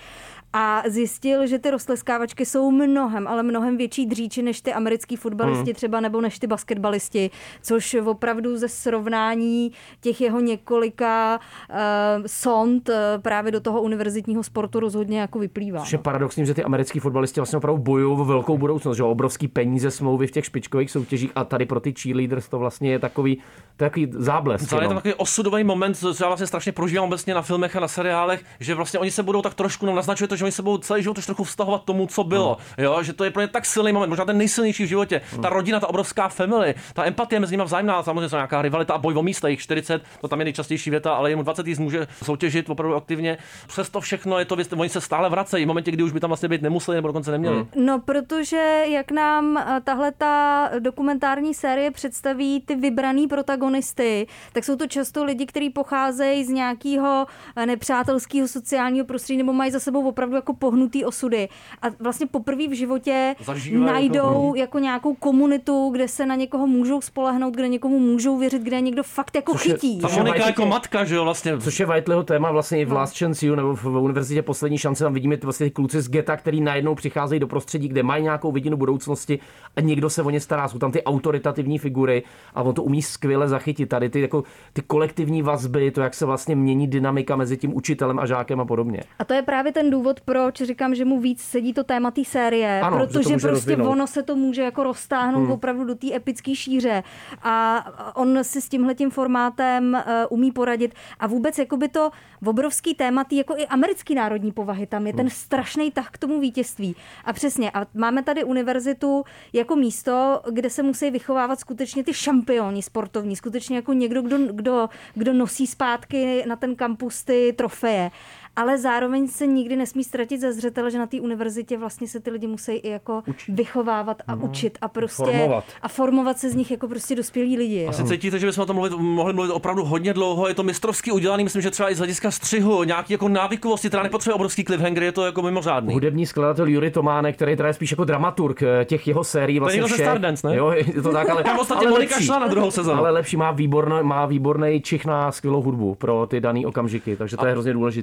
A zjistil, že ty roztleskávačky jsou mnohem, ale mnohem větší dříči než ty americký fotbalisti hmm. třeba, nebo než ty basketbalisti, což opravdu ze srovnání těch jeho několika uh, sond uh, právě do toho univerzitního sportu rozhodně jako vyplývá. Což je paradoxní, že ty americký fotbalisti vlastně opravdu bojují o velkou budoucnost, že obrovský peníze, smlouvy v těch špičkových soutěžích a tady pro ty cheerleaders to vlastně je takový, takový záblesk. To je to takový osudový moment, co já vlastně strašně prožívám obecně na filmech a na seriálech, že vlastně oni se budou tak trošku, no, naznačuje to, že oni se budou celý život trochu vztahovat tomu, co bylo. Hmm. Jo, že to je pro ně tak silný moment, možná ten nejsilnější v životě. Hmm. Ta rodina, ta obrovská family, ta empatie mezi nimi vzájemná, samozřejmě nějaká rivalita a boj o místa, jich čtyřicet, to tam je nejčastější věta, ale jemu dvacet jí může soutěžit opravdu aktivně. Přes to všechno je to věc, oni se stále vracejí v momentě, kdy už by tam vlastně být nemuseli nebo dokonce neměli. Hmm. No, protože jak nám tahle ta dokumentární série představí ty vybraný protagonisty, tak jsou to často lidi, kteří pocházejí z nějakého nepřátelského sociálního prostředí nebo mají za sebou opravdu jako pohnutý osudy a vlastně poprvé v životě zažívají najdou to. Jako nějakou komunitu, kde se na někoho můžou spolehnout, kde někomu můžou věřit, kde někdo fakt jako což chytí. Je, ta Monika jako matka, že jo, vlastně. Což je Whiteleyho téma vlastně i v Last Chance U nebo v univerzitě poslední šance, tam vidíme ty vlastně ty kluci z geta, který najednou přicházejí do prostředí, kde mají nějakou vidinu budoucnosti a někdo se o ně stará. Jsou tam ty autoritativní figury a on to umí skvěle zachytit. Tady ty jako ty kolektivní vazby, to jak se vlastně mění dynamika mezi tím učitelem a žákem a podobně. A to je právě ten důvod, proč říkám, že mu víc sedí to téma té série, ano, protože prostě rozvinout. Ono se to může jako roztáhnout hmm. opravdu do té epické šíře a on si s tímhletím formátem uh, umí poradit a vůbec jakoby to obrovský téma tý, jako i americký národní povahy, tam je hmm. ten strašný tah k tomu vítězství. A přesně, a máme tady univerzitu jako místo, kde se musí vychovávat skutečně ty šampioni sportovní, skutečně jako někdo, kdo, kdo, kdo nosí zpátky na ten kampus ty trofeje. Ale zároveň se nikdy nesmí ztratit ze zřetele, že na té univerzitě vlastně se ty lidi musí i jako učit. vychovávat a no. učit a prostě formovat. a formovat se z nich jako prostě dospělí lidi. Asi cítíte, že bychom o tom mluvit, mohli mluvit opravdu hodně dlouho, je to mistrovsky udělaný, myslím, že třeba i z hlediska střihu, nějaký jako návykovosti, která nepotřebuje obrovský cliffhanger, je to jako mimořádný. Hudební skladatel Juri Tománek, který teda je spíš jako dramaturg těch jeho sérií, vlastně to je Stardance, ne? Jo, je to tak, ale tam ostatně Monika šla na druhou sezónu. Ale lepší, má výborný, má výborný čich na skvělou hudbu pro ty daný okamžiky, takže to a, je hrozně důležité.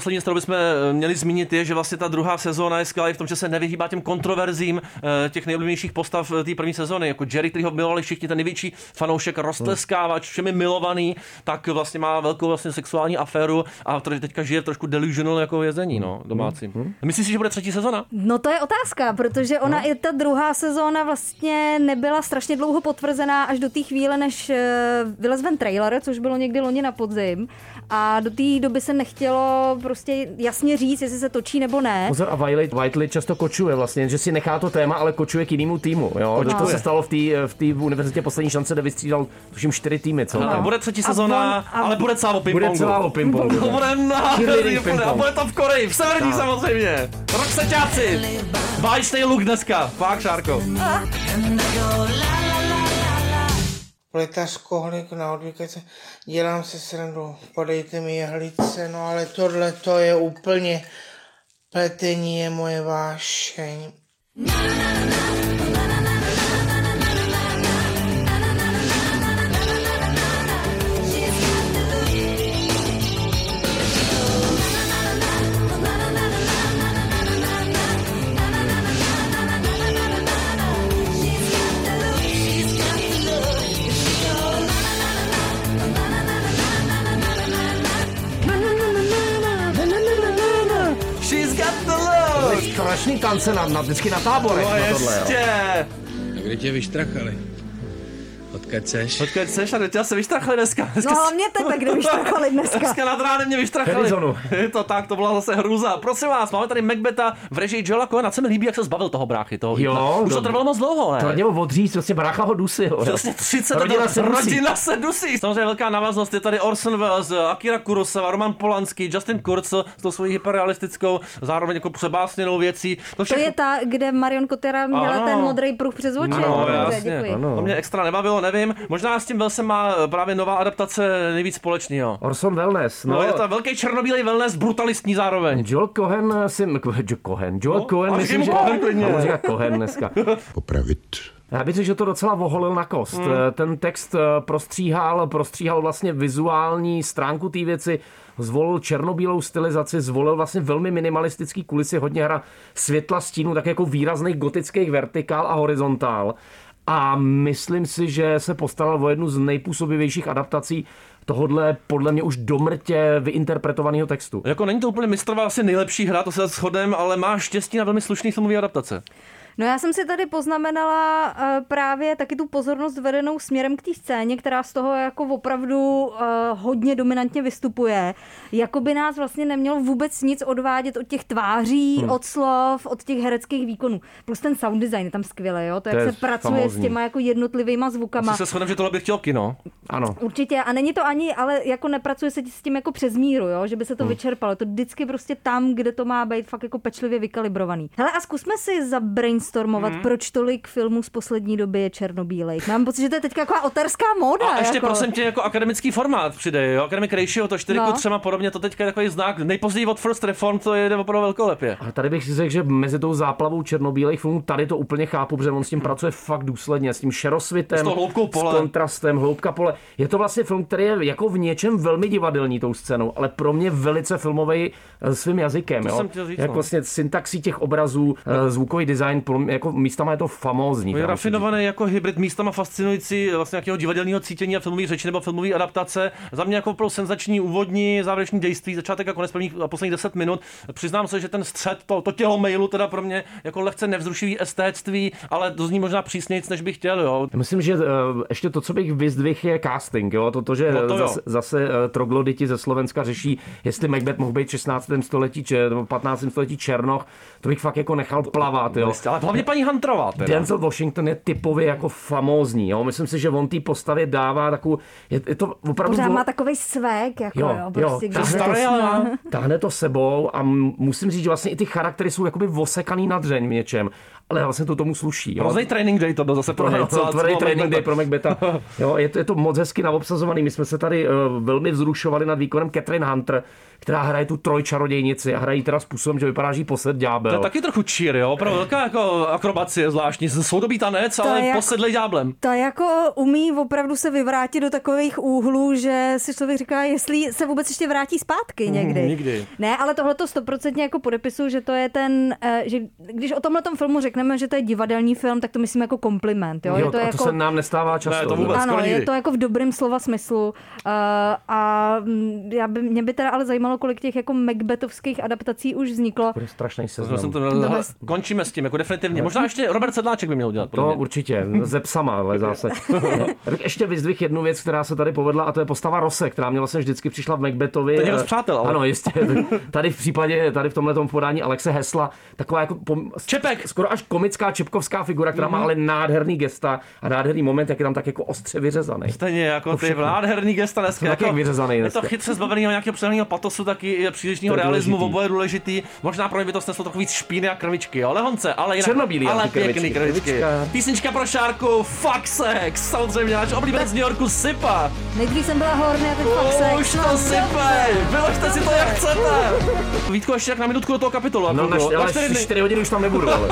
poslední, kterou bychom měli zmínit, je, že vlastně ta druhá sezóna je skvělá v tom, že se nevyhýbá těm kontroverzím těch nejoblíbenějších postav té první sezóny. Jako Jerry, který ho milovali všichni, ten největší fanoušek, roztleskávač, všemi milovaný, tak vlastně má velkou vlastně sexuální aféru a teďka žije trošku delusional jako vězení, no, domácím. Hmm. Myslíš si, že bude třetí sezóna? No to je otázka, protože ona no. i ta druhá sezóna vlastně nebyla strašně dlouho potvrzená až do té chvíle, než vylez ven trailer, což bylo někdy loni na podzim. A do té doby se nechtělo prostě jasně říct, jestli se točí nebo ne. Pozor, a Whiteley často kočuje vlastně, že si nechá to téma, ale kočuje k jinému týmu. Jo? To se stalo v té v té univerzitě Poslední šance, kde vystřídal tuším čtyři týmy celkem. No, bude třetí sezóna, on, ale bude celá o ping-pongu. Bude celá o ping-pongu. To bude nádherný, a bude to v Koreji, v severní samozřejmě. Roxeťáci, báječnej luk dneska, fakt, Šárko. Pletařko, holik na odvykace, dělám si srandu, podejte mi jehlice, no ale tohle to je úplně, pletení je moje vášeň. Strašný tance na, na, vždycky na táborech. No na ještě. A kde tě vyštrachali? Odkud seš? Odkud seš a kde tě se vyštrachali dneska? dneska no hlavně tebe, kde vyštrachali dneska. Dneska nad ránem mě vyštrachali. Je to tak, to byla zase hrůza. Prosím vás, máme tady Macbetha v režii Joela Cohena. Co mi líbí, jak se zbavil toho bráchy, toho jo, už to trvalo moc dlouho, ne? To něho odříct, vlastně brácha ho dusil. Přesně třicet rodina, let, se rodina se dusí. Samozřejmě velká návaznost je tady Orson Welles, Akira Kurosawa, Roman Polanský, Justin Kurzel s tou svojí hyperrealistickou, zároveň jako přebásněnou věcí. To, všechno... to je ta, kde Marion Cotillard měla ano. ten modrý pruh přes oči. Ano, jasně. Ano. To mě extra nebavilo, nevím. Možná s tím Wellsem má právě nová adaptace nejvíc společného. Orson Welles. No, no je to velký černobílý wellness, brutalistní zároveň. Joel Cohen si... Joel Cohen. Joel no, Cohen, myslím, že... On říká Cohen dneska. Popravit. Já bych řekl, že to docela voholil na kost. Hmm. Ten text prostříhal, prostříhal vlastně vizuální stránku té věci, zvolil černobílou stylizaci, zvolil vlastně velmi minimalistický kulisy, hodně hra světla, stínu, tak jako výrazných gotických vertikál a horizontál. A myslím si, že se postaral o jednu z nejpůsobivějších adaptací tohodle podle mě už do mrtě vyinterpretovaného textu. Jako není to úplně mistrová asi nejlepší hra, to se shodem, ale má štěstí na velmi slušný filmový adaptace. No já jsem si tady poznamenala uh, právě taky tu pozornost vedenou směrem k té scéně, která z toho jako opravdu uh, hodně dominantně vystupuje. Jakoby nás vlastně nemělo vůbec nic odvádět od těch tváří, hmm. od slov, od těch hereckých výkonů. Plus ten sound design je tam skvělý, jo? To, to jak se pracuje famózní. S těma jako jednotlivýma zvukama. Asi se shodem, že tohle bych chtěl kino. Ano. Určitě. A není to ani, ale jako nepracuje se s tím jako přes míru, jo? Že by se to hmm. vyčerpalo. To vždycky prostě tam, kde to má být fakt jako pečlivě vykalibrovaný. Hele, a zkusme si za stormovat, hmm. proč tolik filmů z poslední doby je černobílej. Mám pocit, že to je teďka taková oterská móda. A ještě jako... prosím tě jako akademický formát přidej, jo? Academic ratio, to čtyři ku třem a podobně, to teďka je takový znak. Nejpozději od First Reform to jde opravdu velkolepě. A tady bych si řekl, že mezi tou záplavou černobílejch filmů tady to úplně chápu, protože on s tím pracuje fakt důsledně, s tím šerosvitem, s, s kontrastem, hloubka pole. Je to vlastně film, který je jako v něčem velmi divadelní tou scénou, ale pro mě velice filmový svým jazykem, to jo? Říct, jak no. vlastně syntaxí těch obrazů, zvukový design, jako místama je to famózní. Je rafinovaný jako hybrid, místama fascinující vlastně nějakého divadelního cítění a filmový řeči nebo filmový adaptace. Za mě jako pro senzační úvodní závěrečný dějství, začátek a konec prvních a posledních deset minut. Přiznám se, že ten střed, to, to tělo mailu teda pro mě jako lehce nevzrušivý estétství, ale to zní možná přísnějc, než bych chtěl, jo. Myslím, že uh, ještě to, co bych vyzdvihl, je casting, jo. To, to že no to zase, zase uh, trogloditi ze Slovenska řeší, jestli Macbeth mohl být v šestnáctém století či patnáctém století černoch, to bych fakt jako nechal plavat, jo. Ale hlavně paní Hunterová. Denzel Washington je typově jako famózní, jo. Myslím si, že on té postavě dává takovou, je, je to opravdu... Pořád má takovej svek, jako jo, jo prostě. Jo, tahne, to, tahne to sebou a musím říct, že vlastně i ty charaktery jsou jakoby osekaný na dřeň v něčem, ale vlastně to tomu sluší. Hrozný training day to byl zase pro Macbetha. No, tvrdý training day pro Macbetha. Jo, je to, je to moc hezky naobsazovaný. My jsme se tady uh, velmi vzrušovali nad výkonem Catherine Hunter, která hraje tu trojčarodějnici a hrají teda způsobem, že vypadá, že jí posled ďábel. To je taky trochu cheer, jo? Opravdu velká jako to akrobacie zvláštní, soudobý tanec, To ale je jak- posedlej ďáblem. Ta jako umí opravdu se vyvrátit do takových úhlů, že si člověk říká, jestli se vůbec ještě vrátí zpátky někdy. Mm, nikdy. Ne, ale tohle to stoprocentně jako podepisuju, že to je ten, eh, že když o tomhletom filmu řekneme, že to je divadelní film, tak to myslím jako kompliment. Jo, Jo, je to, a to jako, se nám nestává často. Ne, to vůbec. ano, skoro je nikdy. to jako v dobrém slova smyslu. Uh, a mm, já by, mě by teda ale zajímalo, kolik těch jako Macbethovských adaptací už vzniklo. To je strašný To seznam. jsem to, hele, končíme s tím, jako definitivně. Možná ještě Robert Sedláček by měl udělat. podle To mě. určitě, ze psama, ale zase. Já bych ještě vyzdvih jednu věc, která se tady povedla, a to je postava Rose, která mě vlastně vždycky přišla v Macbethovi. To je někdo z přátel, ale. Ano, jistě. Tady v případě, tady v tomhletom podání Alexe Hesla, taková jako pom... Čepek. skoro až komická čepkovská figura, která má ale nádherný gesta a nádherný moment, jak je tam tak jako ostře vyřezaný. Stejně jako ty všechno. nádherný gesta dneska. Tak jak vyřezaný je dneska. to chytře zbaveného nějakého přehnaného patosu, taky přílišného To je realismu, důležitý. oboje důležitý. Možná pro mě by to sneslo trochu víc špíny a krvičky, jo. Lehonce, ale jinak, Černobílý ale antikrvičky. pěkný krvičky. Krvička. Písnička pro Šárku, fuck sex, samozřejmě náš oblíbenec z New Yorku Sypa. Nejdřív jsem byla horny a teď fakt sex. Už to sype, vyložte si to jak chcete. Vítko, ještě tak na minutku do toho kapitolu. No, jako, na, na ale čtyři dny. čtyři hodiny už tam nebudu, ale.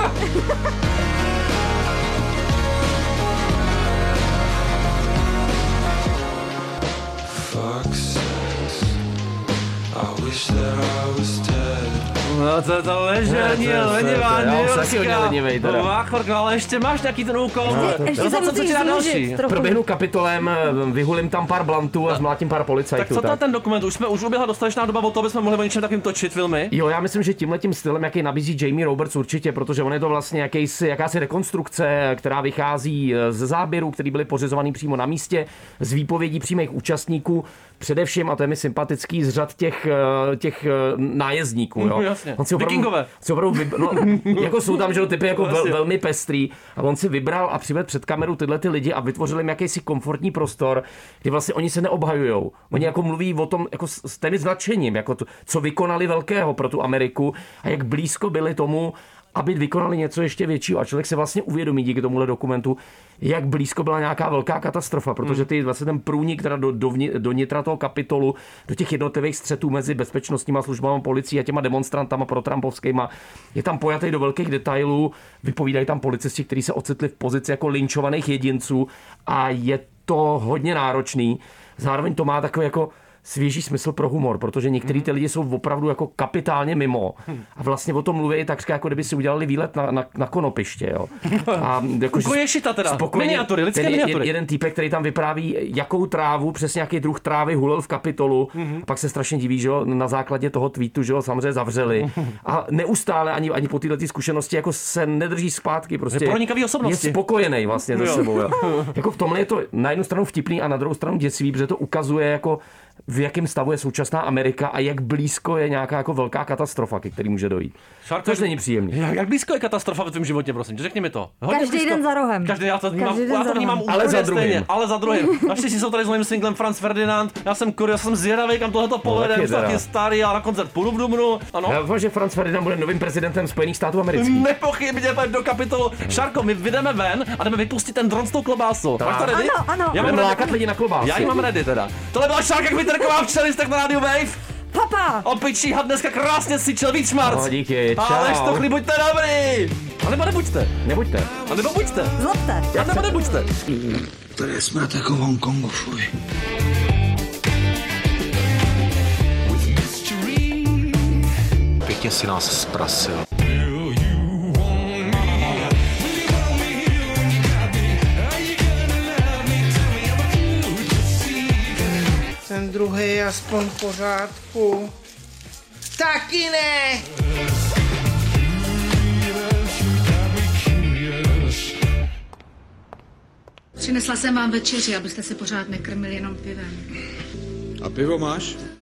No to je to ležení, Ne, to je- lenivá, to je- já jsem taky hodně lenivej teda. Váchorka, ale ještě máš nějaký ten úkol. ještě Rozhodl se jsem, co musíš ti dá další. zúžit trochu. Proběhnu kapitolem, vyhulím tam pár blantů a zmlátím pár policajtů. Tak co to je ten dokument? Už jsme už uběhla dostatečná doba od toho, abychom mohli o něčem takovým točit filmy. Jo, já myslím, že tímhletím stylem, jaký nabízí Jamie Roberts určitě, protože on je to vlastně jakýsi, jakási rekonstrukce, která vychází ze záběrů, které byly pořizovaný přímo na místě, z výpovědí přímých účastníků, především, a to je mi sympatický, z řad těch, eh, těch eh, nájezdníků. Jo. Mhm, jasně. On si opravdu, Vikingové. si opravdu vyb... no, jako jsou tam, že jo, typy jako vel, Jasně. velmi pestrý, a on si vybral a přivedl před kameru tyhle ty lidi a vytvořil jim jakýsi komfortní prostor, kdy vlastně oni se neobhajujou. Oni jako mluví o tom jako s, s těmi značením, jako to, co vykonali velkého pro tu Ameriku a jak blízko byli tomu, aby vykonali něco ještě většího. A člověk se vlastně uvědomí díky tomuhle dokumentu, jak blízko byla nějaká velká katastrofa, protože ty vlastně ten průnik teda do, do, do nitra toho kapitolu, do těch jednotlivých střetů mezi bezpečnostníma službami, policií a těma demonstrantama protrampovskýma, je tam pojatý do velkých detailů, vypovídají tam policisti, kteří se ocitli v pozici jako lynčovaných jedinců a je to hodně náročný. Zároveň to má takový jako svěží smysl pro humor, protože některý ty lidi jsou opravdu jako kapitálně mimo. A vlastně o tom mluví takřka, jako kdyby si udělali výlet na, na, na konopiště. Jo. A jako, U Ješita teda, miniatury, lidské ten je- miniatury. Jeden týpek, který tam vypráví, jakou trávu, přesně jaký druh trávy hulil v kapitolu. Mhm. A pak se strašně diví, že jo, na základě toho tweetu, že jo, samozřejmě zavřeli. A neustále ani, ani po této zkušenosti jako se nedrží zpátky. Prostě Je pronikavý osobnosti. Je spokojený vlastně se Jo. sebou. Jo. Jako v tomhle je to na jednu stranu vtipný a na druhou stranu děsivý, protože to ukazuje jako v jakém stavu je současná Amerika a jak blízko je nějaká jako velká katastrofa, ke který může dojít. Šárko, Což není příjemný. Jak, jak blízko je katastrofa ve tvém životě, prosím? Řekni mi to. Hodně Každý blízko. den za rohem. Každý, já to vnímám, Každý den já za to vnímám rohem. úplně Ale za druhým. stejně, ale za druhým. Naštěstí jsou tady s novým singlem Franz Ferdinand. Já jsem kurios, jsem zvědavý, kam tohle to povede. taky Už taky teda. starý, ale na koncert půjdu v Dubnu. Ano. Já doufám, že Franz Ferdinand bude novým prezidentem Spojených států amerických. Nepochybně, pojď do kapitolu. Šárko, my vydeme ven a jdeme vypustit ten dron s tou klobásou. Máš to ready? Ano, ano, Já ano. mám ready. Lákat lidi na klobásu. Já ji mám ready teda. Tohle byla Šárka Kviterková v Čelistech na rádiu Wave. Papa! Opičí had dneska krásně sičel víc šmarc. No, díky, Ale čau. štokli, buďte dobrý. A nebo nebuďte. Nebuďte. A nebo buďte. Zlobte. A nebo nebuďte. Tady je smrad jako v Hongkongu, fuj. Pěkně si nás zprasil. Ten druhý je aspoň v pořádku. Taky ne! Přinesla jsem vám večeři, abyste se pořád nekrmili jenom pivem. A pivo máš?